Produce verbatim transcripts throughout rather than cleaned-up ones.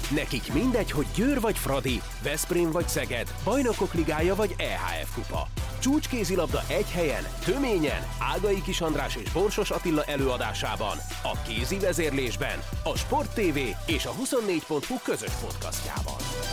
Nekik mindegy, hogy Győr vagy Fradi, Veszprém vagy Szeged, Bajnokok Ligája vagy é há ef kupa. Csúcskézilabda egy helyen, töményen, Ágai Kis András és Borsos Attila előadásában, a kézi vezérlésben, a Sport té vé és a huszonnégy pont hu közös podcastjában.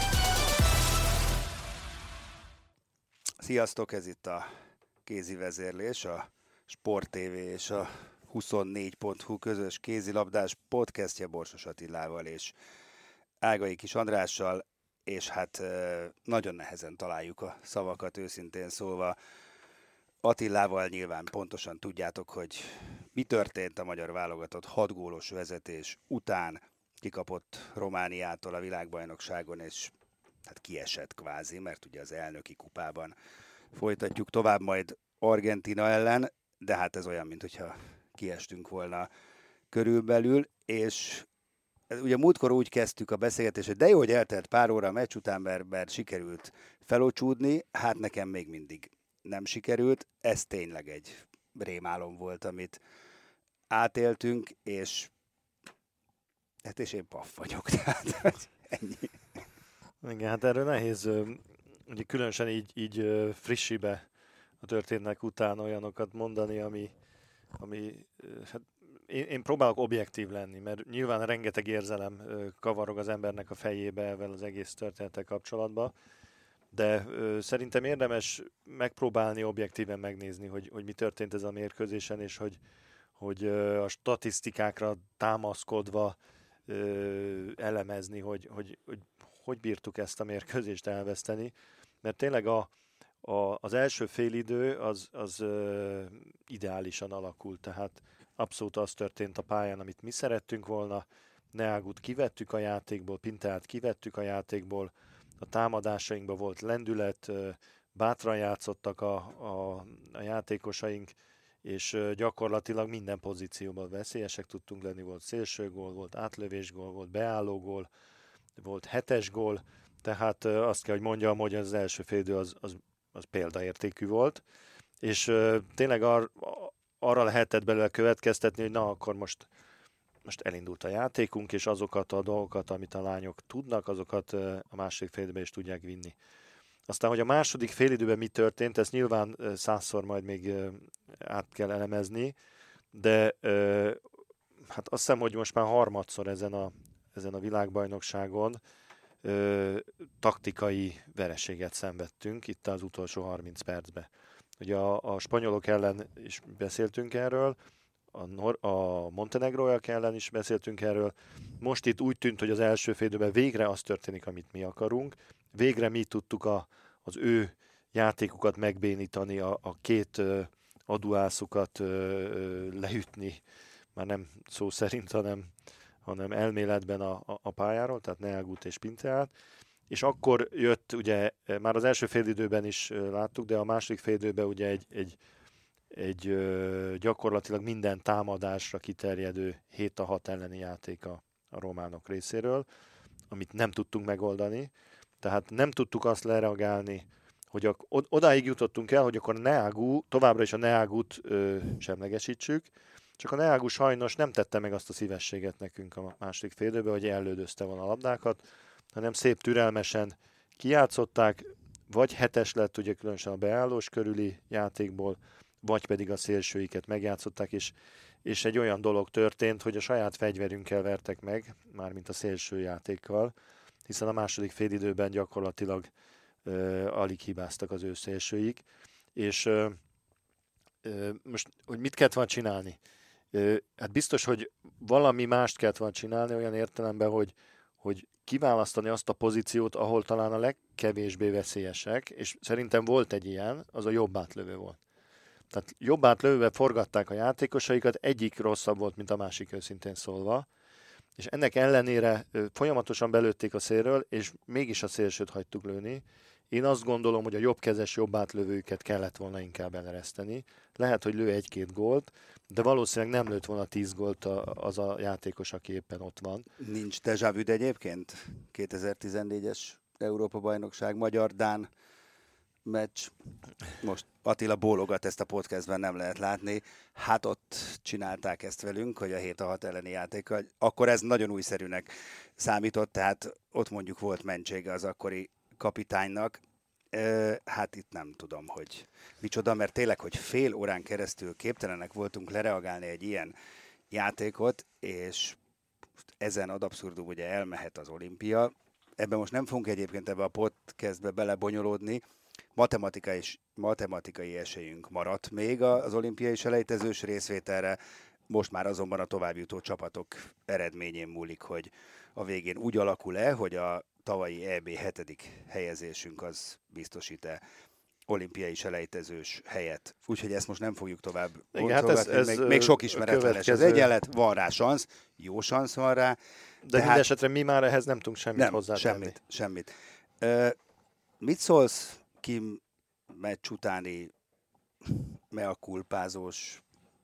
Sziasztok, ez itt a kézi vezérlés, a Sport té vé és a huszonnégy pont hu közös kézilabdás podcastja Borsos Attilával és Ágai Kis Andrással, és hát nagyon nehezen találjuk a szavakat, őszintén szólva. Attilával nyilván pontosan tudjátok, hogy mi történt a magyar válogatott hat gólos vezetés után, kikapott Romániától a világbajnokságon, és hát kiesett kvázi, mert ugye az elnöki kupában folytatjuk tovább majd Argentína ellen, de hát ez olyan, mintha kiestünk volna körülbelül, és ugye múltkor úgy kezdtük a beszélgetést, hogy de jó, hogy eltelt pár óra a meccs után, mert, mert sikerült felocsúdni, hát nekem még mindig nem sikerült. Ez tényleg egy rémálom volt, amit átéltünk, és hát és én paff vagyok, tehát ennyi. Igen, hát erről nehéz, ugye különösen így, így frissibe a történetnek után olyanokat mondani, ami, ami hát én, én próbálok objektív lenni, mert nyilván rengeteg érzelem kavarog az embernek a fejébe ezzel az egész történettel kapcsolatban, de ö, szerintem érdemes megpróbálni objektíven megnézni, hogy, hogy mi történt ez a mérkőzésen, és hogy, hogy ö, a statisztikákra támaszkodva ö, elemezni, hogy, hogy, hogy hogy bírtuk ezt a mérkőzést elveszteni, mert tényleg a, a, az első félidő az, az ö, ideálisan alakult, tehát abszolút az történt a pályán, amit mi szerettünk volna. Neagut kivettük a játékból, Pinteát kivettük a játékból, a támadásainkban volt lendület, bátran játszottak a, a, a játékosaink, és gyakorlatilag minden pozícióban veszélyesek tudtunk lenni. Volt szélsőgól, volt átlövésgól, volt beállógól, volt hetes gól, tehát azt kell, hogy mondjam, hogy az első félidő az, az, az példaértékű volt, és tényleg ar, arra lehetett belőle következtetni, hogy na, akkor most, most elindult a játékunk, és azokat a dolgokat, amit a lányok tudnak, azokat a második félidőben is tudják vinni. Aztán, hogy a második félidőben mi történt, ezt nyilván százszor majd még át kell elemezni, de hát azt hiszem, hogy most már harmadszor ezen a, ezen a világbajnokságon taktikai vereséget szenvedtünk itt az utolsó harminc percben. Ugye a, a spanyolok ellen is beszéltünk erről, a, Nor- a montenegróiak ellen is beszéltünk erről. Most itt úgy tűnt, hogy az első félidőben végre az történik, amit mi akarunk. Végre mi tudtuk a, az ő játékukat megbénítani, a, a két ö, aduászukat ö, ö, leütni, már nem szó szerint, hanem, hanem elméletben a, a, a pályáról, tehát Neagut és Pinteát. És akkor jött, ugye már az első félidőben is láttuk, de a második félidőben ugye egy, egy, egy ö, gyakorlatilag minden támadásra kiterjedő hét a hat elleni játék a, a románok részéről, amit nem tudtunk megoldani. Tehát nem tudtuk azt lereagálni, hogy a, odáig jutottunk el, hogy akkor a Neagu, továbbra is a Neagut ö, semlegesítsük, csak a Neagu sajnos nem tette meg azt a szívességet nekünk a második félidőben, hogy ellődözte volna a labdákat, hanem szép türelmesen kijátszották, vagy hetes lett, ugye különösen a beállós körüli játékból, vagy pedig a szélsőiket megjátszották, és, és egy olyan dolog történt, hogy a saját fegyverünkkel vertek meg, mármint a szélső játékkal, hiszen a második félidőben gyakorlatilag ö, alig hibáztak az ő szélsőik, és ö, ö, most, hogy mit kellett volna csinálni? Ö, hát biztos, hogy valami mást kellett volna csinálni, olyan értelemben, hogy hogy kiválasztani azt a pozíciót, ahol talán a legkevésbé veszélyesek, és szerintem volt egy ilyen, az a jobb átlövő volt. Tehát jobb átlövőbe forgatták a játékosaikat, egyik rosszabb volt, mint a másik, őszintén szólva, és ennek ellenére folyamatosan belőtték a szélről, és mégis a szélsőt hagytuk lőni. Én azt gondolom, hogy a jobbkezes, jobb átlövőket kellett volna inkább elereszteni. Lehet, hogy lő egy-két gólt, de valószínűleg nem lőtt volna tíz gólt az a játékos, aki éppen ott van. Nincs déjà vu egyébként? kétezer-tizennégyes Európa-bajnokság, magyar-dán meccs. Most Attila bólogat, ezt a podcastben nem lehet látni. Hát ott csinálták ezt velünk, hogy a hét a hat elleni játékkal. Akkor ez nagyon újszerűnek számított, tehát ott mondjuk volt mentsége az akkori kapitánynak. Hát itt nem tudom, hogy micsoda, mert tényleg, hogy fél órán keresztül képtelenek voltunk lereagálni egy ilyen játékot, és ezen ad abszurdum ugye elmehet az olimpia. Ebben most nem fogunk egyébként ebbe a podcastbe belebonyolódni. Matematikai, matematikai esélyünk maradt még az olimpiai selejtezős részvételre. Most már azonban a továbbjutó csapatok eredményén múlik, hogy a végén úgy alakul-e, hogy a tavalyi é bé hetedik helyezésünk az biztosít-e olimpiai selejtezős helyet. Úgyhogy ezt most nem fogjuk tovább boncolgatni. Hát még, még sok ismeretlenes az egyenlet, van rá szansz, jó szansz van rá. De, de minden hát, esetre mi már ehhez nem tudunk semmit nem, hozzátenni. Semmit, semmit. Uh, mit szólsz Kim meccs utáni mea culpázós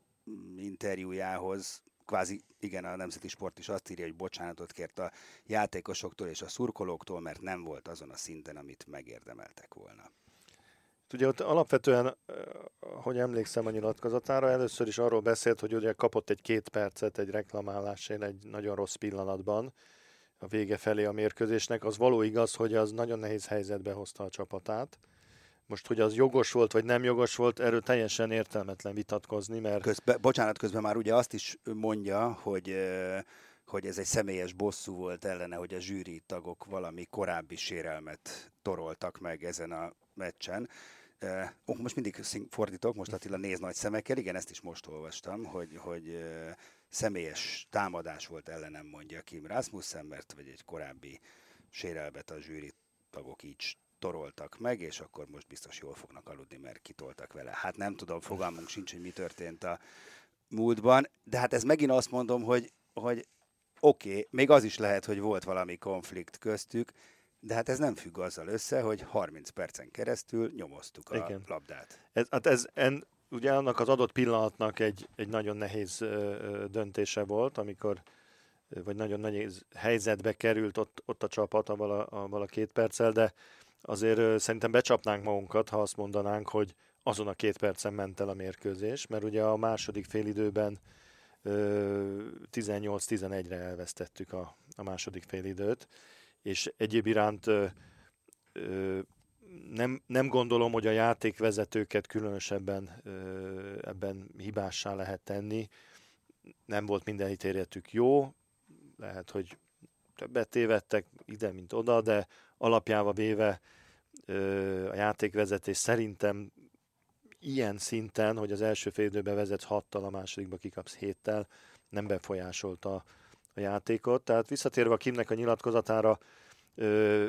interjújához? Kvázi igen, a Nemzeti Sport is azt írja, hogy bocsánatot kért a játékosoktól és a szurkolóktól, mert nem volt azon a szinten, amit megérdemeltek volna. Ugye ott alapvetően, hogy emlékszem a nyilatkozatára, először is arról beszélt, hogy ugye kapott egy két percet egy reklamálásén egy nagyon rossz pillanatban a vége felé a mérkőzésnek. Az való igaz, hogy az nagyon nehéz helyzetbe hozta a csapatát. Most, hogy az jogos volt, vagy nem jogos volt, erről teljesen értelmetlen vitatkozni, mert... Közben, bocsánat, közben már ugye azt is mondja, hogy, hogy ez egy személyes bosszú volt ellene, hogy a zsűri tagok valami korábbi sérelmet toroltak meg ezen a meccsen. Uh, oh, most mindig fordítok, most Attila néz nagy szemekkel, igen, ezt is most olvastam, hogy, hogy uh, személyes támadás volt ellenem, mondja Kim Rasmussen, mert vagy egy korábbi sérelmet a zsűri tagok így toroltak meg, és akkor most biztos jól fognak aludni, mert kitoltak vele. Hát nem tudom, fogalmunk sincs, hogy mi történt a múltban, de hát ez megint azt mondom, hogy, hogy oké, okay, még az is lehet, hogy volt valami konflikt köztük, de hát ez nem függ azzal össze, hogy harminc percen keresztül nyomoztuk a Igen. labdát. Ez, hát ez en, ugye annak az adott pillanatnak egy, egy nagyon nehéz ö, döntése volt, amikor, vagy nagyon nehéz helyzetbe került ott, ott a csapat avval a, avval a két perccel, de azért ö, szerintem becsapnánk magunkat, ha azt mondanánk, hogy azon a két percen ment el a mérkőzés, mert ugye a második félidőben tizennyolc tizenegyre elvesztettük a, a második félidőt, és egyéb iránt ö, ö, nem, nem gondolom, hogy a játékvezetőket különösebben ö, ebben hibássá lehet tenni. Nem volt minden ítéletük jó, lehet, hogy többet tévedtek ide, mint oda, de alapjába véve ö, a játékvezetés szerintem ilyen szinten, hogy az első fél időben vezetsz hattal, a másodikba kikapsz héttel, nem befolyásolta a játékot. Tehát visszatérve a Kimnek a nyilatkozatára, ö,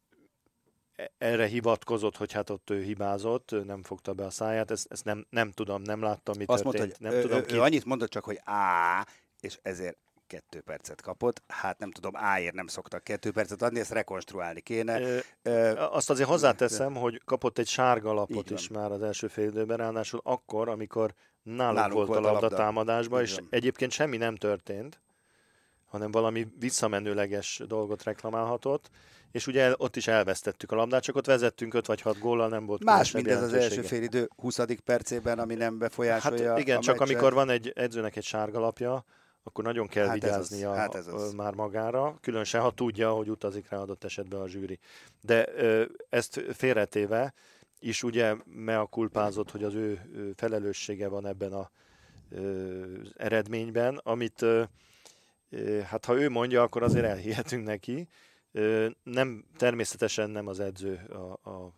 erre hivatkozott, hogy hát ott ő hibázott, ő nem fogta be a száját, ezt, ezt nem, nem tudom, nem láttam, mi Azt történt. Mondta, hogy nem ő, tudom, ő, ki... ő annyit mondott csak, hogy á, és ezért kettő percet kapott. Hát nem tudom, áért nem szoktak kettő percet adni, ezt rekonstruálni kéne. Ö, ö, azt azért hozzáteszem, de... hogy kapott egy sárga lapot is már az első fél időben, ráadásul akkor, amikor nálunk, nálunk volt, volt a labda, labda támadásban, és van. Egyébként semmi nem történt, hanem valami visszamenőleges dolgot reklamálhatott, és ugye ott is elvesztettük a labdát, csak ott vezettünk öt vagy hat góllal, nem volt más, mint ez az első félidő huszadik percében, ami nem befolyásolja hát igen, a csak meccset. Amikor van egy edzőnek egy sárga lapja, akkor nagyon kell hát vigyáznia az, hát ez az. már magára, különösen ha tudja, hogy utazik rá adott esetben a zsűri. De ö, ezt félretéve is ugye mea culpázott, hogy az ő felelőssége van ebben a, ö, az eredményben, amit ö, ö, hát ha ő mondja, akkor azért elhihetünk neki. Ö, nem, természetesen nem az edző a, a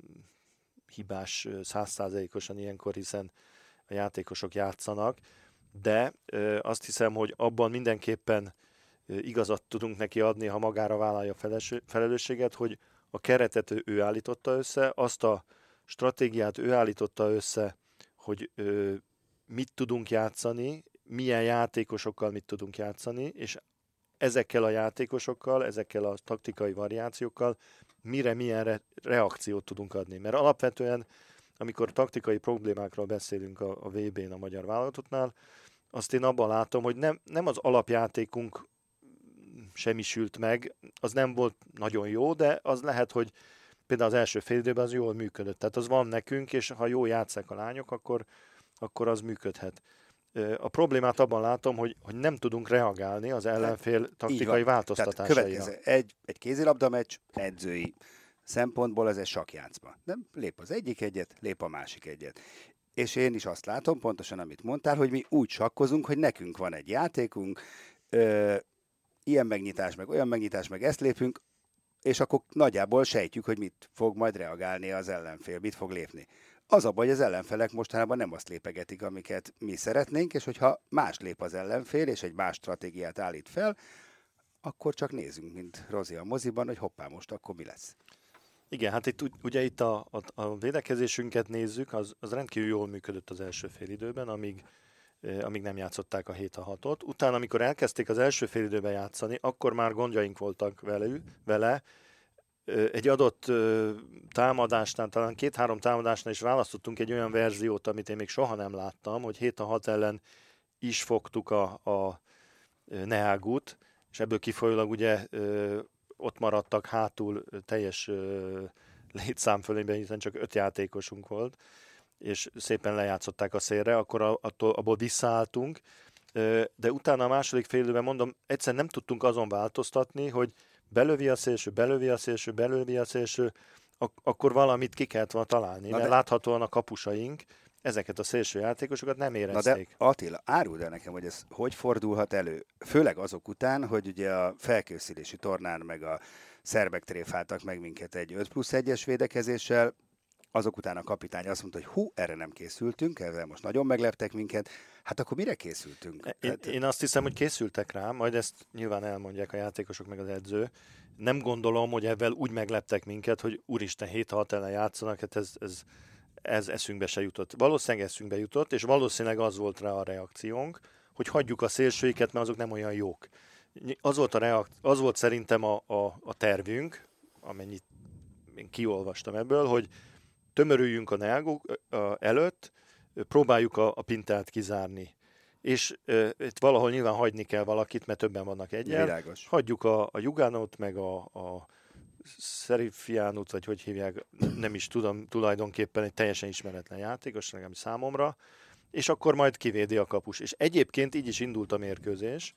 hibás száz százalékosan ilyenkor, hiszen a játékosok játszanak, de ö, azt hiszem, hogy abban mindenképpen ö, igazat tudunk neki adni, ha magára vállalja a felelősséget, hogy a keretet ő, ő állította össze, azt a stratégiát ő állította össze, hogy ö, mit tudunk játszani, milyen játékosokkal mit tudunk játszani, és ezekkel a játékosokkal, ezekkel a taktikai variációkkal mire milyen re- reakciót tudunk adni. Mert alapvetően, amikor taktikai problémákról beszélünk a, a vé bén a magyar válogatottnál, azt én abban látom, hogy nem, nem az alapjátékunk semmisült meg, az nem volt nagyon jó, de az lehet, hogy például az első fél időben az jól működött. Tehát az van nekünk, és ha jól játsszák a lányok, akkor, akkor az működhet. A problémát abban látom, hogy, hogy nem tudunk reagálni az ellenfél taktikai változtatásaira. Következő, egy, egy kézilabda meccs edzői szempontból ez egy sakkjátszma. Nem lép az egyik egyet, lép a másik egyet. És én is azt látom, pontosan amit mondtál, hogy mi úgy sakkozunk, hogy nekünk van egy játékunk, ö, ilyen megnyitás, meg olyan megnyitás, meg ezt lépünk, és akkor nagyjából sejtjük, hogy mit fog majd reagálni az ellenfél, mit fog lépni. Az a baj, hogy az ellenfelek mostanában nem azt lépegetik, amiket mi szeretnénk, és hogyha más lép az ellenfél, és egy más stratégiát állít fel, akkor csak nézzünk, mint Rozi a moziban, hogy hoppá, most akkor mi lesz. Igen, hát itt, ugye itt a, a, a védekezésünket nézzük, az, az rendkívül jól működött az első fél időben, amíg, eh, amíg nem játszották a hét a hatot. Utána, amikor elkezdték az első fél időben játszani, akkor már gondjaink voltak velő, vele. Egy adott támadásnál, talán két-három támadásnál is választottunk egy olyan verziót, amit én még soha nem láttam, hogy hét a hat ellen is fogtuk a, a Neagut, és ebből kifolyólag ugye ott maradtak hátul teljes létszám fölényben, hiszen csak öt játékosunk volt, és szépen lejátszották a szélre, akkor attól, abból visszaálltunk, de utána a második fél időben, mondom, egyszerűen nem tudtunk azon változtatni, hogy belövi a szélső, belövi a szélső, belövi a szélső, ak- akkor valamit ki kellett volna találni, mert de... láthatóan a kapusaink ezeket a szélső játékosokat nem érezték. Na de Attila, áruld el nekem, hogy ez hogy fordulhat elő? Főleg azok után, hogy ugye a felkészülési tornán meg a szerbek tréfáltak meg minket egy öt plusz egyes védekezéssel, azok után a kapitány azt mondta, hogy hú, erre nem készültünk, ezzel most nagyon megleptek minket, hát akkor mire készültünk? Én, Tehát... én azt hiszem, hogy készültek rá, majd ezt nyilván elmondják a játékosok meg az edző. Nem gondolom, hogy ebben úgy megleptek minket, hogy úristen, hét hat ellen játszanak, hát ez, ez, ez eszünkbe se jutott. Valószínűleg eszünkbe jutott, és valószínűleg az volt rá a reakciónk, hogy hagyjuk a szélsőiket, mert azok nem olyan jók. Az volt, a reak- az volt szerintem a, a, a tervünk, amennyit én kiolvastam ebből, hogy tömörüljünk a Neago előtt, próbáljuk a, a Pintát kizárni. És e, itt valahol nyilván hagyni kell valakit, mert többen vannak egyen. Világos. Hagyjuk a, a Jugánót, meg a, a Szerifiánót, vagy hogy hívják, nem is tudom, tulajdonképpen egy teljesen ismeretlen játékos, legalábbis számomra, és akkor majd kivédi a kapus. És egyébként így is indult a mérkőzés,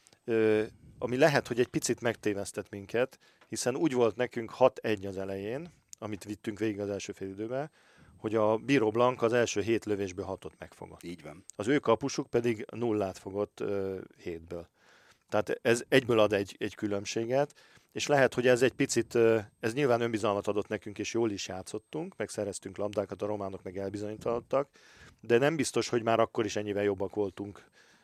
e, ami lehet, hogy egy picit megtévesztett minket, hiszen úgy volt nekünk hat egy az elején, amit vittünk végig az első fél időben, hogy a Bíró Blank az első hét lövésből hatot megfogott. Így van. Az ő kapusuk pedig nullát fogott uh, hétből. Tehát ez egyből ad egy, egy különbséget, és lehet, hogy ez egy picit, uh, ez nyilván önbizalmat adott nekünk, és jól is játszottunk, meg szereztünk labdákat, a románok meg elbizonyítottak, de nem biztos, hogy már akkor is ennyivel jobbak voltunk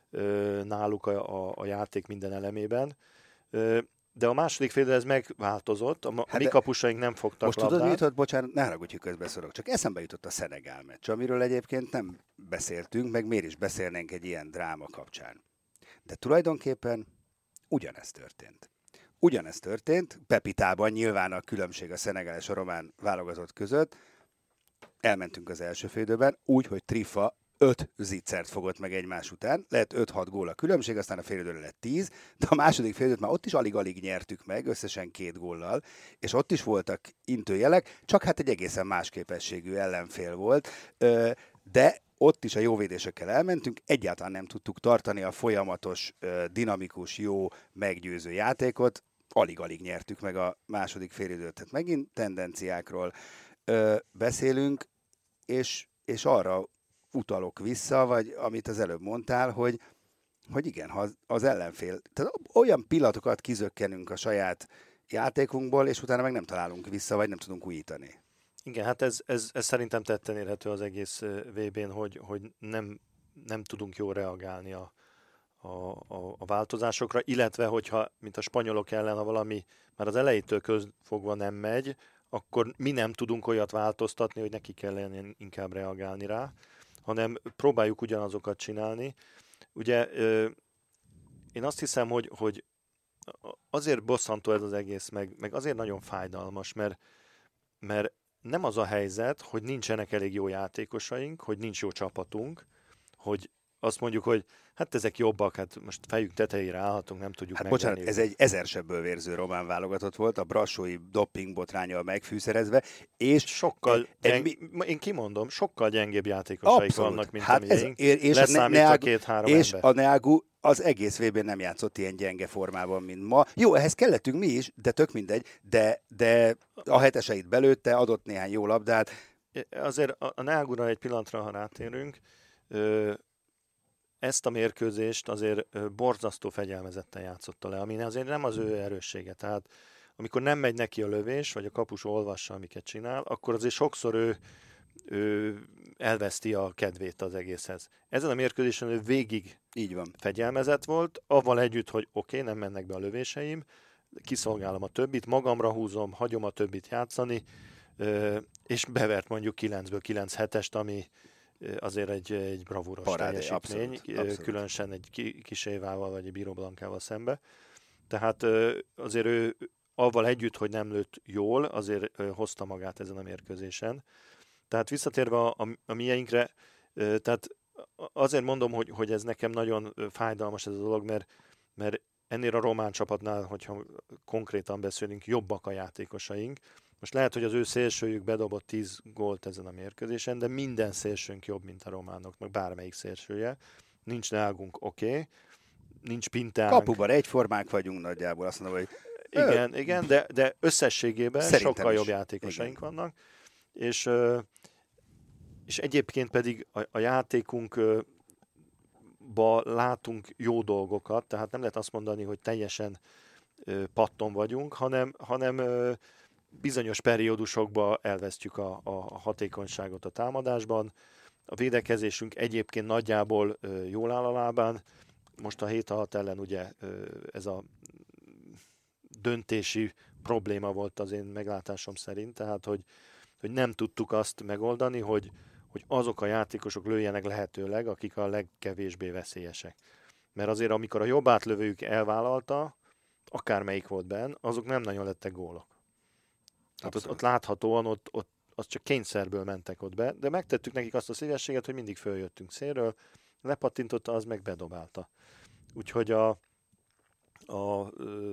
uh, náluk a, a, a játék minden elemében. Uh, De a második fél ez megváltozott, a, hát a mi kapusaink nem fogtak most labdát. Most tudod, mi jutott? Bocsánat, ne haragudj, hogy közbeszorok. Csak eszembe jutott a Szenegál meccs, amiről egyébként nem beszéltünk, meg miért is beszélnénk egy ilyen dráma kapcsán. De tulajdonképpen ugyanez történt. Ugyanez történt, Pepitában nyilván a különbség a Szenegál és a román válogatott között. Elmentünk az első fél időben, úgy, hogy Trifa öt zicsert fogott meg egymás után, lehet öt-hat gól a különbség, aztán a félidőre lett tíz, de a második félidőt már ott is alig-alig nyertük meg, összesen két góllal, és ott is voltak intőjelek, csak hát egy egészen más képességű ellenfél volt, de ott is a jó védésekkel elmentünk, egyáltalán nem tudtuk tartani a folyamatos, dinamikus, jó, meggyőző játékot, alig-alig nyertük meg a második félidőt, tehát megint tendenciákról beszélünk, és, és arra utalok vissza, vagy amit az előbb mondtál, hogy, hogy igen, ha az ellenfél, tehát olyan pillanatokat kizökkenünk a saját játékunkból, és utána meg nem találunk vissza, vagy nem tudunk újítani. Igen, hát ez, ez, ez szerintem tetten érhető az egész vé bén, hogy, hogy nem, nem tudunk jól reagálni a, a, a, a változásokra, illetve hogyha, mint a spanyolok ellen, ha valami már az elejétől közfogva nem megy, akkor mi nem tudunk olyat változtatni, hogy neki kellene inkább reagálni rá, hanem próbáljuk ugyanazokat csinálni. Ugye én azt hiszem, hogy, hogy azért bosszantó ez az egész, meg, meg azért nagyon fájdalmas, mert, mert nem az a helyzet, hogy nincsenek elég jó játékosaink, hogy nincs jó csapatunk, hogy azt mondjuk, hogy hát ezek jobbak, hát most fejük tetejére állhatunk, nem tudjuk Hát megvenni. bocsánat, ez egy ezersebből vérző román válogatott volt, a brassói doping botránnyal megfűszerezve, és... Sokkal, e, gyeng... mi... én kimondom, sokkal gyengébb játékosaik Abszolút. vannak, mint hát a ez, miénk. és Leszámítva a, ne, két-három és ember. a Neagu az egész vé bén nem játszott ilyen gyenge formában, mint ma. Jó, ehhez kellettünk mi is, de tök mindegy, de, de a heteseit belőtte, adott néhány jó labdát. Azért a Neagura egy pillanatra, ha rátérünk, ezt a mérkőzést azért borzasztó fegyelmezetten játszotta le, ami azért nem az ő erőssége. Tehát amikor nem megy neki a lövés, vagy a kapus olvassa, amiket csinál, akkor azért sokszor ő, ő elveszti a kedvét az egészhez. Ezen a mérkőzésen ő végig Így van. fegyelmezett volt, avval együtt, hogy oké, okay, nem mennek be a lövéseim, kiszolgálom a többit, magamra húzom, hagyom a többit játszani, és bevert mondjuk kilencből kilenc hetest, ami azért egy, egy bravúros Parádé, teljesítmény, abszolút, abszolút. Különösen egy kis Évával vagy egy Bíró Blankával szembe. Tehát azért ő avval együtt, hogy nem lőtt jól, azért hozta magát ezen a mérkőzésen. Tehát visszatérve a, a, a mieinkre, tehát azért mondom, hogy, hogy ez nekem nagyon fájdalmas ez a dolog, mert, mert ennél a román csapatnál, hogyha konkrétan beszélünk, jobbak a játékosaink. Most lehet, hogy az ő szélsőjük bedobott tíz gólt ezen a mérkőzésen, de minden szélsőnk jobb, mint a románoknak, bármelyik szélsője. Nincs Neagunk, oké, okay. Nincs Pintánk. Kapuban egyformák vagyunk nagyjából, azt mondom, hogy... Igen, igen, de, de összességében Szerintem sokkal is. jobb játékosaink Igen. vannak, és, és egyébként pedig a, a játékunkba látunk jó dolgokat, tehát nem lehet azt mondani, hogy teljesen patton vagyunk, hanem, hanem bizonyos periódusokban elvesztjük a, a hatékonyságot a támadásban. A védekezésünk egyébként nagyjából jól áll a lábán. Most a hét hat ellen ugye ez a döntési probléma volt az én meglátásom szerint, tehát hogy, hogy nem tudtuk azt megoldani, hogy, hogy azok a játékosok lőjenek lehetőleg, akik a legkevésbé veszélyesek. Mert azért amikor a jobb átlövőjük elvállalta, akármelyik volt benn, azok nem nagyon lettek gólok. Tehát ott, ott láthatóan ott, ott az csak kényszerből mentek ott be, de megtettük nekik azt a szívességet, hogy mindig följöttünk szélről, lepattintotta, az meg bedobálta. Úgyhogy a, a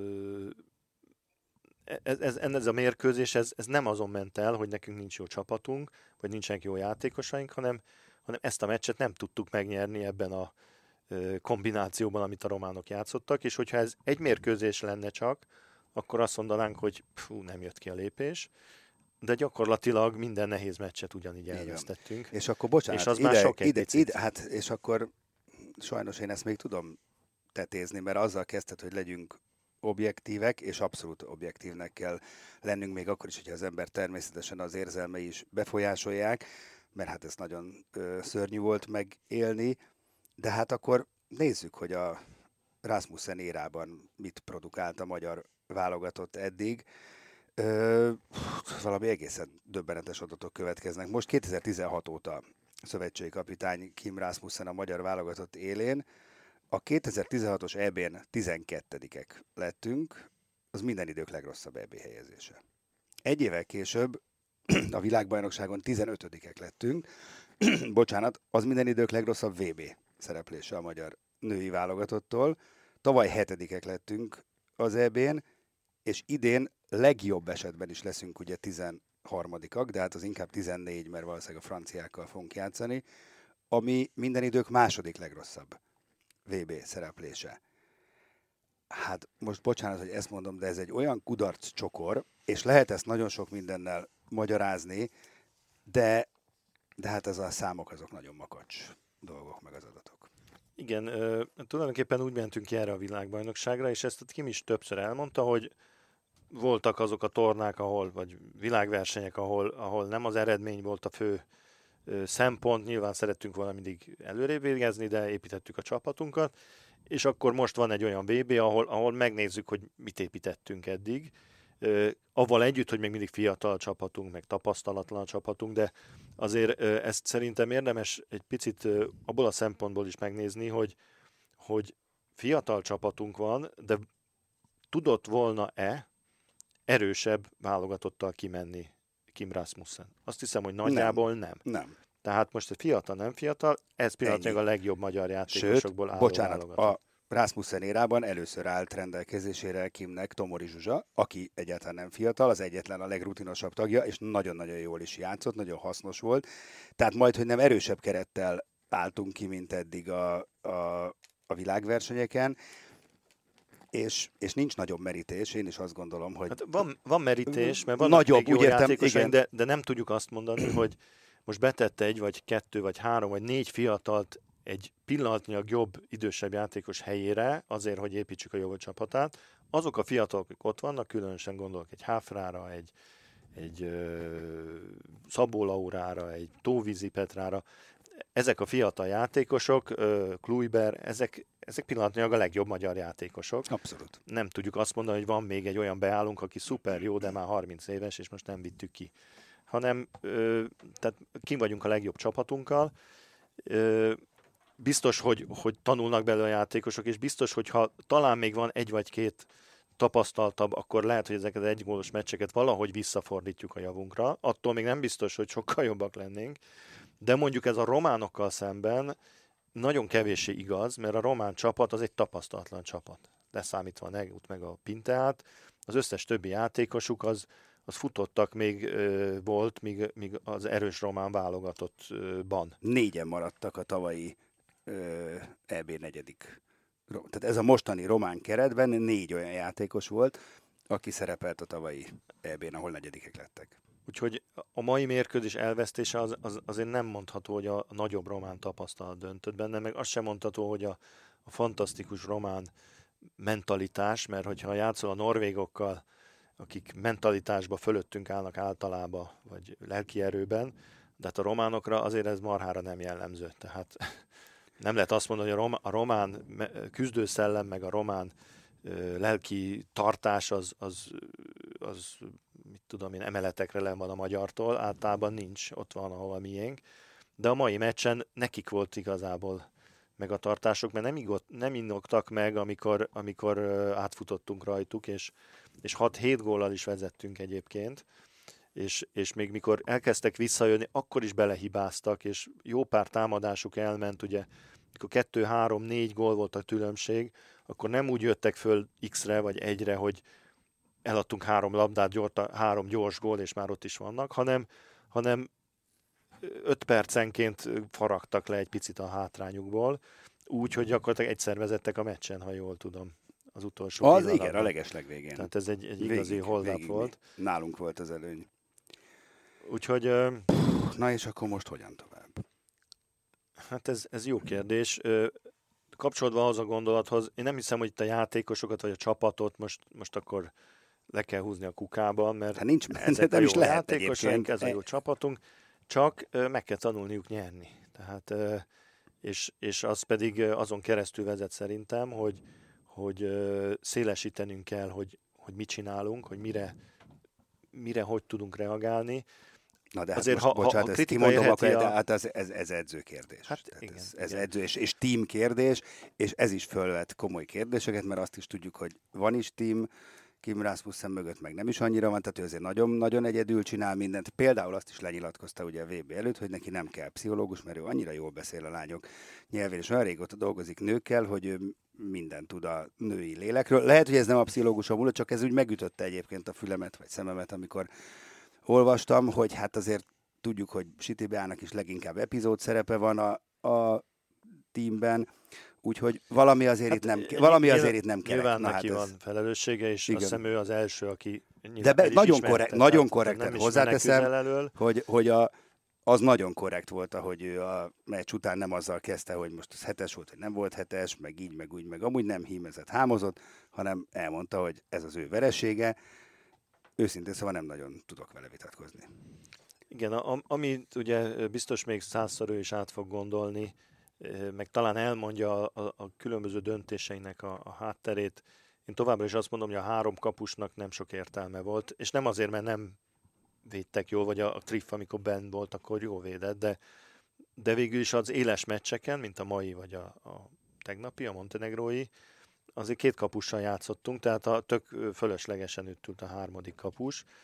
ez, ez, ez a mérkőzés, ez, ez nem azon ment el, hogy nekünk nincs jó csapatunk, vagy nincsenek jó játékosaink, hanem, hanem ezt a meccset nem tudtuk megnyerni ebben a kombinációban, amit a románok játszottak, és hogyha ez egy mérkőzés lenne csak, akkor azt mondanánk, hogy fú, nem jött ki a lépés, de gyakorlatilag minden nehéz meccset ugyanígy elvesztettünk. És akkor bocsánat, és az ide, már sok ide, ide, hát és akkor sajnos én ezt még tudom tetézni, mert azzal kezdted, hogy legyünk objektívek, és abszolút objektívnek kell lennünk még akkor is, hogyha az ember természetesen az érzelmei is befolyásolják, mert hát ez nagyon ö, szörnyű volt megélni, de hát akkor nézzük, hogy a Rasmussen érában mit produkált a magyar válogatott eddig. Ö, valami egészen döbbenetes adatok következnek. Most kétezer-tizenhat óta szövetségi kapitány Kim Rasmussen a magyar válogatott élén. A kétezer-tizenhatos é bén tizenkettedikek lettünk, az minden idők legrosszabb é bé helyezése. Egy évvel később a világbajnokságon tizenötödikek lettünk, bocsánat, az minden idők legrosszabb vé bé szereplése a magyar női válogatottól. Tavaly hetedikek lettünk az é bén, és idén legjobb esetben is leszünk ugye tizenharmadikak, de hát az inkább tizennégy, mert valószínűleg a franciákkal fogunk játszani, ami minden idők második legrosszabb vé bé szereplése. Hát most bocsánat, hogy ezt mondom, de ez egy olyan kudarc csokor, és lehet ezt nagyon sok mindennel magyarázni, de, de hát ez a számok azok nagyon makacs dolgok, meg az adatok. Igen, ö, tulajdonképpen úgy mentünk ki erre a világbajnokságra, és ezt Kim is többször elmondta, hogy voltak azok a tornák, ahol, vagy világversenyek, ahol, ahol nem az eredmény volt a fő ö, szempont, nyilván szerettünk volna mindig előrébb végezni, de építettük a csapatunkat, és akkor most van egy olyan vé bé, ahol, ahol megnézzük, hogy mit építettünk eddig, ö, avval együtt, hogy még mindig fiatal a csapatunk, meg tapasztalatlan a csapatunk, de azért ö, ezt szerintem érdemes egy picit ö, abból a szempontból is megnézni, hogy, hogy fiatal csapatunk van, de tudott volna-e erősebb válogatottal kimenni Kim Rasmussen? Azt hiszem, hogy nagyjából nem. Nem. nem. Tehát most egy fiatal, nem fiatal, ez pillanatnyilag a legjobb magyar játékosokból Sőt, álló bocsánat, válogatott. a Rasmussen érában először állt rendelkezésére Kimnek Tomori Zsuzsa, aki egyáltalán nem fiatal, az egyetlen a legrutinosabb tagja, és nagyon-nagyon jól is játszott, nagyon hasznos volt. Tehát majd, hogy nem erősebb kerettel álltunk ki, mint eddig a, a, a világversenyeken, és, és nincs nagyobb merítés, én is azt gondolom, hogy... Hát van, van merítés, mert vannak nagyobb, még jó úgy értem, játékosaink, de, de nem tudjuk azt mondani, hogy most betette egy, vagy kettő, vagy három, vagy négy fiatalt egy pillanatnyilag jobb, idősebb játékos helyére, azért, hogy építsük a jobb csapatát. Azok a fiatalok, akik ott vannak, különösen gondolok egy Háfrára, egy, egy ö, Szabó Laurára, egy Tóvízi Petrára, ezek a fiatal játékosok, ö, Kluiber, ezek, ezek pillanatnyilag a legjobb magyar játékosok. Abszolút. Nem tudjuk azt mondani, hogy van még egy olyan beállunk, aki szuper jó, de már harminc éves, és most nem vittük ki. Hanem ö, tehát kim vagyunk a legjobb csapatunkkal. Ö, biztos, hogy, hogy tanulnak belőle a játékosok, és biztos, hogy ha talán még van egy vagy két tapasztaltabb, akkor lehet, hogy ezeket az egygólos meccseket valahogy visszafordítjuk a javunkra. Attól még nem biztos, hogy sokkal jobbak lennénk. De mondjuk ez a románokkal szemben nagyon kevéssé igaz, mert a román csapat az egy tapasztalatlan csapat. Leszámítva a Negut meg a Pinteát, az összes többi játékosuk az, az futottak még ö, volt, míg, míg az erős román válogatottban. Négyen maradtak a tavalyi ö, é bé negyedik. Tehát ez a mostani román keretben négy olyan játékos volt, aki szerepelt a tavalyi é bén, ahol negyedikek lettek. Úgyhogy a mai mérkőzés elvesztése az, az, azért nem mondható, hogy a nagyobb román tapasztalat döntött benne, meg azt sem mondható, hogy a, a fantasztikus román mentalitás, mert hogyha játszol a norvégokkal, akik mentalitásba fölöttünk állnak általában, vagy lelki erőben, de hát a románokra azért ez marhára nem jellemző. Tehát nem lehet azt mondani, hogy a, rom, a román küzdőszellem, meg a román ö, lelki tartás az, az, az mit tudom én, emeletekre len van a magyartól, általában nincs, ott van, ahol a miénk. De a mai meccsen nekik volt igazából meg a tartások, mert nem, igott, nem innogtak meg, amikor, amikor átfutottunk rajtuk, és, és hat-hét góllal is vezettünk egyébként, és, és még mikor elkezdtek visszajönni, akkor is belehibáztak, és jó pár támadásuk elment, ugye, mikor kettő-három-négy gól volt a különbség, akkor nem úgy jöttek föl X-re vagy egyre, hogy eladtunk három labdát, gyorta, három gyors gól, és már ott is vannak, hanem, hanem öt percenként faragtak le egy picit a hátrányukból, úgy, hogy gyakorlatilag egyszer vezettek a meccsen, ha jól tudom, az utolsó Az pillanatban. igen, a legeslegvégén. Tehát ez egy, egy igazi hold-up volt. Nálunk volt az előny. Úgyhogy... Na és akkor most hogyan tovább? Hát ez, ez jó kérdés. Kapcsolódva az a gondolathoz, én nem hiszem, hogy itt a játékosokat vagy a csapatot most, most akkor le kell húzni a kukába, mert hát nincs, ezek nem a is jó lehet játékosaink, egyébként. ez a jó csapatunk, csak meg kell tanulniuk nyerni. Tehát, és, és az pedig azon keresztül vezet szerintem, hogy, hogy szélesítenünk kell, hogy, hogy mit csinálunk, hogy mire, mire hogy tudunk reagálni. Na de hát azért, most, ha, bocsánat, ha ezt kimondom, akkor, a... de hát ez, ez, ez edzőkérdés. Hát Tehát igen, ez, ez igen. edző és, és team kérdés, és ez is fölvet komoly kérdéseket, mert azt is tudjuk, hogy van is team, Kim Rasmussen mögött meg nem is annyira van, tehát ő azért nagyon-nagyon egyedül csinál mindent. Például azt is lenyilatkozta ugye a vé bé előtt, hogy neki nem kell pszichológus, mert ő annyira jól beszél a lányok nyelvén, és olyan régóta dolgozik nőkkel, hogy ő mindent tud a női lélekről. Lehet, hogy ez nem a pszichológuson múlott, csak ez úgy megütötte egyébként a fülemet vagy szememet, amikor olvastam, hogy hát azért tudjuk, hogy Siti Beának is leginkább epizód szerepe van a, a teamben, úgyhogy valami azért, hát, itt, nem, valami nyilván, azért itt nem kerek. Nyilván Na, neki hát van ez... felelőssége, és igen. azt hiszem ő az első, aki de be, nagyon, ismerte, korrekt, nagyon tehát korrekten hozzáteszem, hogy, hogy a, az nagyon korrekt volt, ahogy ő a meccs után nem azzal kezdte, hogy most az hetes volt, hogy nem volt hetes, meg így, meg úgy, meg amúgy nem hímezett, hámozott, hanem elmondta, hogy ez az ő veresége. Őszintén szóval nem nagyon tudok vele vitatkozni. Igen, a, amit ugye biztos még százszor ő is át fog gondolni, meg talán elmondja a, a, a különböző döntéseinek a, a hátterét. Én továbbra is azt mondom, hogy a három kapusnak nem sok értelme volt, és nem azért, mert nem védtek jól, vagy a, a Triff, amikor benn volt, akkor jól védett, de, de végül is az éles meccseken, mint a mai, vagy a, a tegnapi, a montenegrói, azért két kapussal játszottunk, tehát a tök fölöslegesen üttült a harmadik kapus.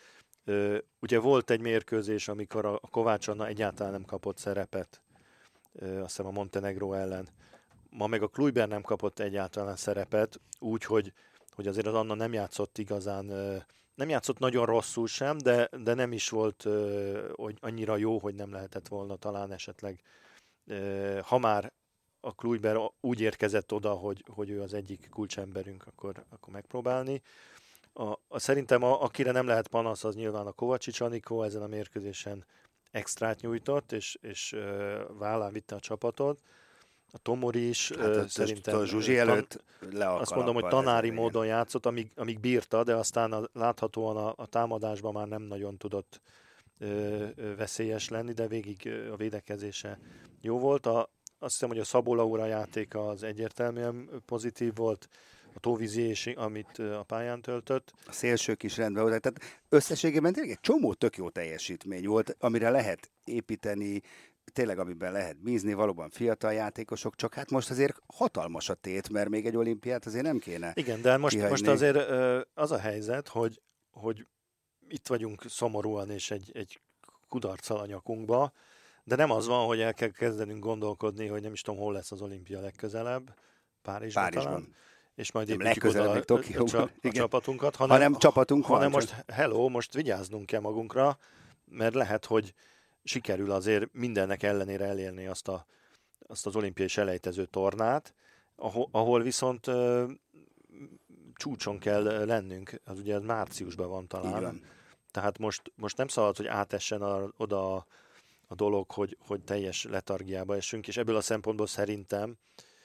Ugye volt egy mérkőzés, amikor a Kovács Anna egyáltalán nem kapott szerepet, azt hiszem a Montenegró ellen. Ma meg a Kluivert nem kapott egyáltalán szerepet, úgyhogy hogy azért az Anna nem játszott igazán, nem játszott nagyon rosszul sem, de, de nem is volt hogy annyira jó, hogy nem lehetett volna talán esetleg, ha már a Kluivert úgy érkezett oda, hogy, hogy ő az egyik kulcsemberünk, akkor, akkor megpróbálni. A, a, szerintem a, akire nem lehet panasz, az nyilván a Kovačić Anikó, ezen a mérkőzésen extrát nyújtott, és, és uh, vállán vitte a csapatot. A Tomori is hát uh, szerintem... A Zsuzsi előtt le a azt mondom, hogy tanári módon játszott, amíg, amíg bírta, de aztán a, láthatóan a, a támadásban már nem nagyon tudott uh, veszélyes lenni, de végig uh, a védekezése jó volt. A, azt hiszem, hogy a Szabó Laura játéka az egyértelműen pozitív volt, a Tóvízi, amit a pályán töltött. A szélsők is rendben volt. Tehát összességében tényleg egy csomó tök jó teljesítmény volt, amire lehet építeni, tényleg amiben lehet bízni, valóban fiatal játékosok, csak hát most azért hatalmas a tét, mert még egy olimpiát azért nem kéne. Igen, de most, most azért az a helyzet, hogy, hogy itt vagyunk szomorúan és egy, egy kudarccal a nyakunkba, de nem az van, hogy el kell kezdenünk gondolkodni, hogy nem is tudom, hol lesz az olimpia legközelebb, Párizsban, Párizsban. Talán. És majd építjük oda a, a, a csapatunkat, hanem, hanem csapatunk hanem van, most csak... hello, most vigyáznunk kell magunkra, mert lehet, hogy sikerül azért mindennek ellenére elérni azt, a, azt az olimpiai selejtező tornát, ahol, ahol viszont uh, csúcson kell lennünk, az ugye márciusban van talán. Van. Tehát most, most nem szabad, hogy átessen a, oda a, a dolog, hogy, hogy teljes letargiába esünk, és ebből a szempontból szerintem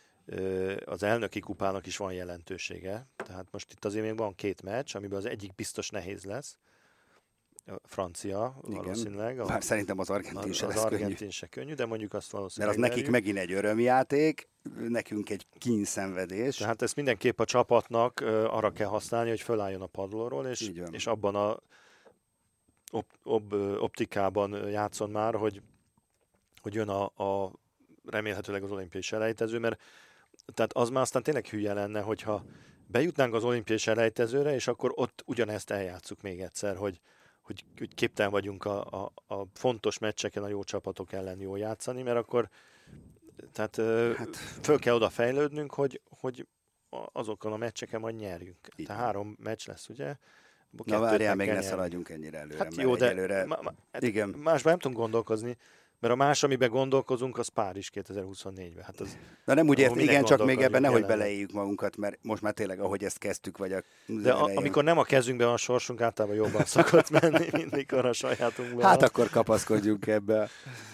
az elnöki kupának is van jelentősége. Tehát most itt azért még van két meccs, amiben az egyik biztos nehéz lesz. A francia, igen, valószínűleg. A, bár szerintem az argentin se az lesz argentin könnyű. se könnyű, de mondjuk azt valószínűleg mert az nekik megint egy örömjáték, nekünk egy kínyszenvedés. Tehát ezt mindenképp a csapatnak arra kell használni, hogy fölálljon a padlóról, és, és abban a op, op, optikában játszon már, hogy, hogy jön a, a remélhetőleg az olimpiai selejtező, mert tehát az már aztán tényleg hülye lenne, hogyha bejutnánk az olimpiai selejtezőre, és akkor ott ugyanezt eljátszuk még egyszer, hogy, hogy, hogy képtelen vagyunk a, a, a fontos meccseken a jó csapatok ellen jól játszani, mert akkor tehát hát, föl kell oda fejlődnünk, hogy, hogy azokon a meccseken majd nyerjünk. Igen. Tehát három meccs lesz, ugye? Na várjál, még ne szaladjunk ennyire előre. Hát jó, de előre... Ma, ma, hát igen. Másban nem tudunk gondolkozni. Mert a más, amiben gondolkozunk, az Párizs kétezer-huszonnégyben. Hát az, na nem úgy ért, igen, csak még ebben nehogy beleéljük magunkat, mert most már tényleg, ahogy ezt kezdtük, vagy a... De a, amikor nem a kezünkben a sorsunk, általában jobban szokott menni, mint mikor a sajátunkban. Hát akkor kapaszkodjunk ebbe.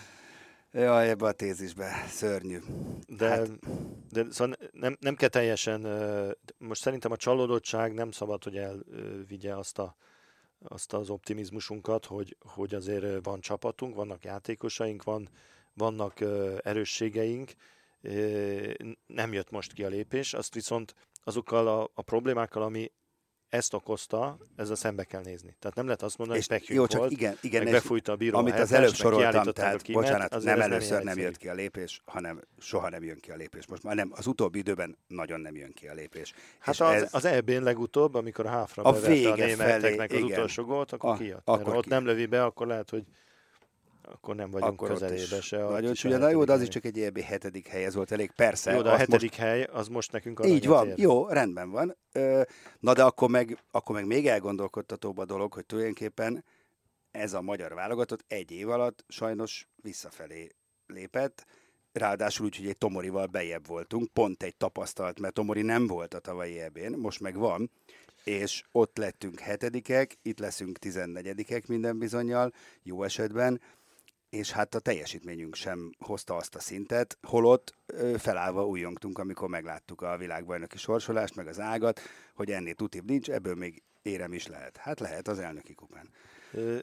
Jaj, ebbe a tézisbe. Szörnyű. De, hát... de szóval nem, nem kell teljesen... Most szerintem a csalódottság nem szabad, hogy elvigye azt a azt az optimizmusunkat, hogy, hogy azért van csapatunk, vannak játékosaink, van, vannak uh, erősségeink, uh, nem jött most ki a lépés, azt viszont azokkal a, a problémákkal, ami ezt okozta, ezzel szembe kell nézni. Tehát nem lehet azt mondani, hogy pekjünk volt, igen, igen, meg befújta a bíró amit a az előbb soroltam, tehát kímet, bocsánat, nem először nem, nem jött ki a lépés, hanem soha nem jön ki a lépés. Most már nem, az utóbbi időben nagyon nem jön ki a lépés. Hát az, ez... az é bé-n legutóbb, amikor a Háfra a beverte a németeknek felé, az igen. utolsó gólt, akkor a, kijött. Akkor ott ki. Nem lövi be, akkor lehet, hogy akkor nem vagyunk akkor közelébe se. Nagyon csúnya, na jó, de az is csak egy é bé hetedik hely, ez volt elég, persze. Jó, de a hetedik most... hely, az most nekünk aranyat így van, ér. jó, rendben van. Na de akkor meg, akkor meg még elgondolkodtatóbb a dolog, hogy tulajdonképpen ez a magyar válogatott egy év alatt sajnos visszafelé lépett, ráadásul úgy, hogy egy Tomorival bejebb voltunk, pont egy tapasztalt, mert Tomori nem volt a tavalyi é bén, most meg van, és ott lettünk hetedikek, itt leszünk tizennegyedikek minden bizonnyal, jó esetben, és hát a teljesítményünk sem hozta azt a szintet, holott felállva újjongtunk, amikor megláttuk a világbajnoki sorsolást, meg az ágat, hogy ennél tutibb nincs, ebből még érem is lehet. Hát lehet az elnöki kupán. Ö,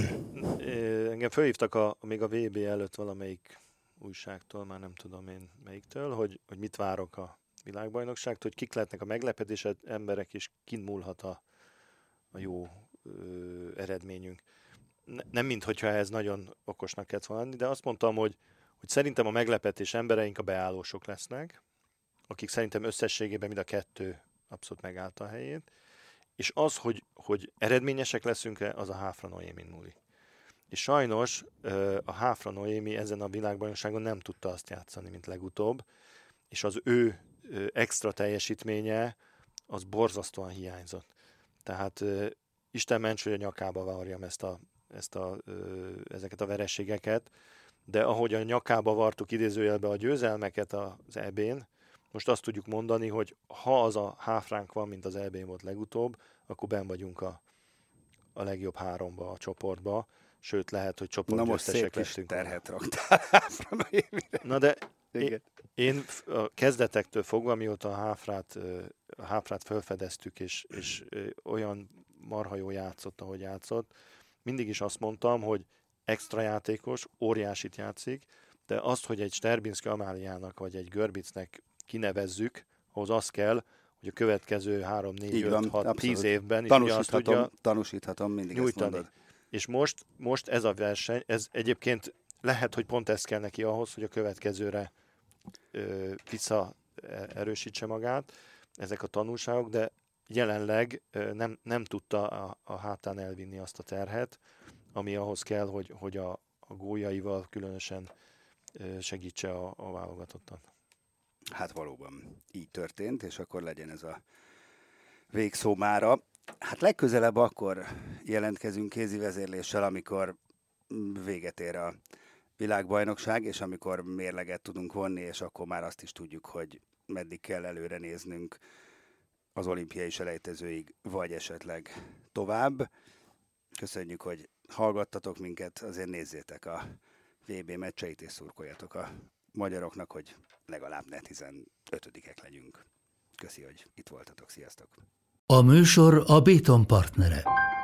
ö, engem fölhívtak a, még a vé bé előtt valamelyik újságtól, már nem tudom én melyiktől, hogy, hogy mit várok a világbajnokságtól, hogy kik lehetnek a meglepetés emberek, és kin múlhat a, a jó ö, eredményünk. Nem minthogyha ez nagyon okosnak kellett volna, de azt mondtam, hogy, hogy szerintem a meglepetés embereink a beállósok lesznek, akik szerintem összességében mind a kettő abszolút megállta a helyét, és az, hogy, hogy eredményesek leszünk-e, az a Háfra Noémin múlik. És az, hogy, hogy eredményesek leszünk-e, az a Háfra Noémin múlik. És sajnos a Háfra Noémi ezen a világbajnokságon nem tudta azt játszani, mint legutóbb, és az ő extra teljesítménye az borzasztóan hiányzott. Tehát Isten ments, hogy a nyakába varjam ezt a, ezt a, ezeket a vereségeket, de ahogy a nyakába vartuk idézőjelbe a győzelmeket az é bén, most azt tudjuk mondani, hogy ha az a háfránk van, mint az é bén volt legutóbb, akkor benn vagyunk a, a legjobb háromba, a csoportba, sőt lehet, hogy csoportgyőztesek leszünk. Na most szép kis terhet raktál Háfra Noémire. Na de én, én a kezdetektől fogva, mióta a Háfrát, a Háfrát felfedeztük, és, és olyan marha jól játszott, ahogy játszott, mindig is azt mondtam, hogy extra játékos, óriásit játszik, de azt, hogy egy Sterbinszky Amáliának vagy egy Görbicnek kinevezzük, ahhoz az kell, hogy a következő három, négy, öt, hat, tíz évben is azt tudja tanúsíthatom, mindig nyújtani. Ezt mondod. És most, most ez a verseny, ez egyébként lehet, hogy pont ez kell neki ahhoz, hogy a következőre ö, vissza erősítse magát, ezek a tanulságok, de jelenleg ö, nem, nem tudta a, a hátán elvinni azt a terhet, ami ahhoz kell, hogy, hogy a, a góljaival különösen ö, segítse a, a válogatottat. Hát valóban így történt, és akkor legyen ez a végszó mára. Hát legközelebb akkor jelentkezünk kézi vezérléssel, amikor véget ér a világbajnokság, és amikor mérleget tudunk vonni, és akkor már azt is tudjuk, hogy meddig kell előre néznünk az olimpiai selejtezőig, vagy esetleg tovább. Köszönjük, hogy hallgattatok minket, azért nézzétek a vé bé meccseit, és szurkoljatok a magyaroknak, hogy legalább ne tizenötödikek legyünk. Köszi, hogy itt voltatok, sziasztok! A műsor a Béton partnere.